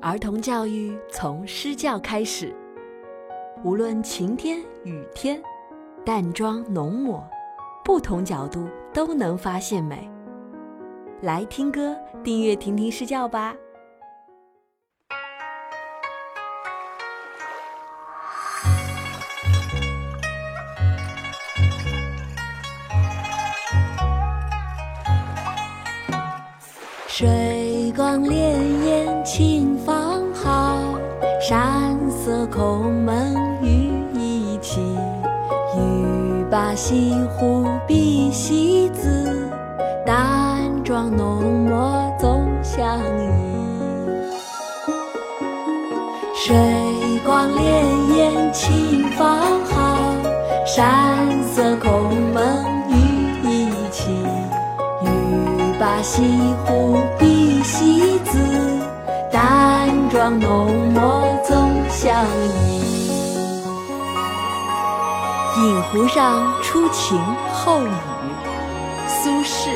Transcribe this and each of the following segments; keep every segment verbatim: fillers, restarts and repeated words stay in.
儿童教育从施教开始，无论晴天雨天，淡妆浓抹，不同角度都能发现美。来听歌，订阅婷婷施教吧。水光潋滟晴方好，山色空蒙雨亦奇。欲罢西湖碧溪子，淡妆浓抹总相宜。水光潋滟晴方好，山色空蒙雨亦奇。欲罢西湖碧溪子，淡妆浓抹总相宜。饮湖上初晴后雨，苏轼。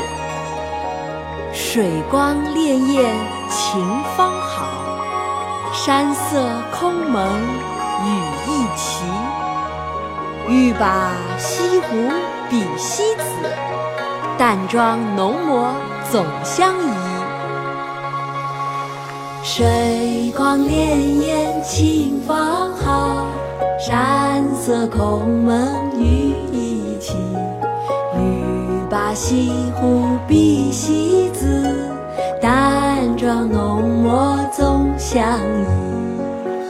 水光潋滟晴方好，山色空蒙雨亦奇。欲罢西湖碧溪子，淡妆浓抹总相宜。水光潋滟晴方好，山色空蒙雨亦奇。欲罢西湖碧溪子，淡妆浓抹总相宜。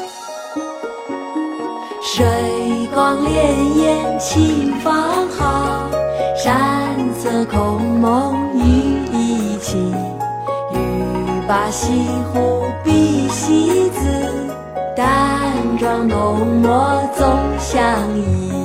水光潋滟晴方好，山色空蒙雨亦奇。欲罢西湖碧溪子，淡妆浓抹总相宜。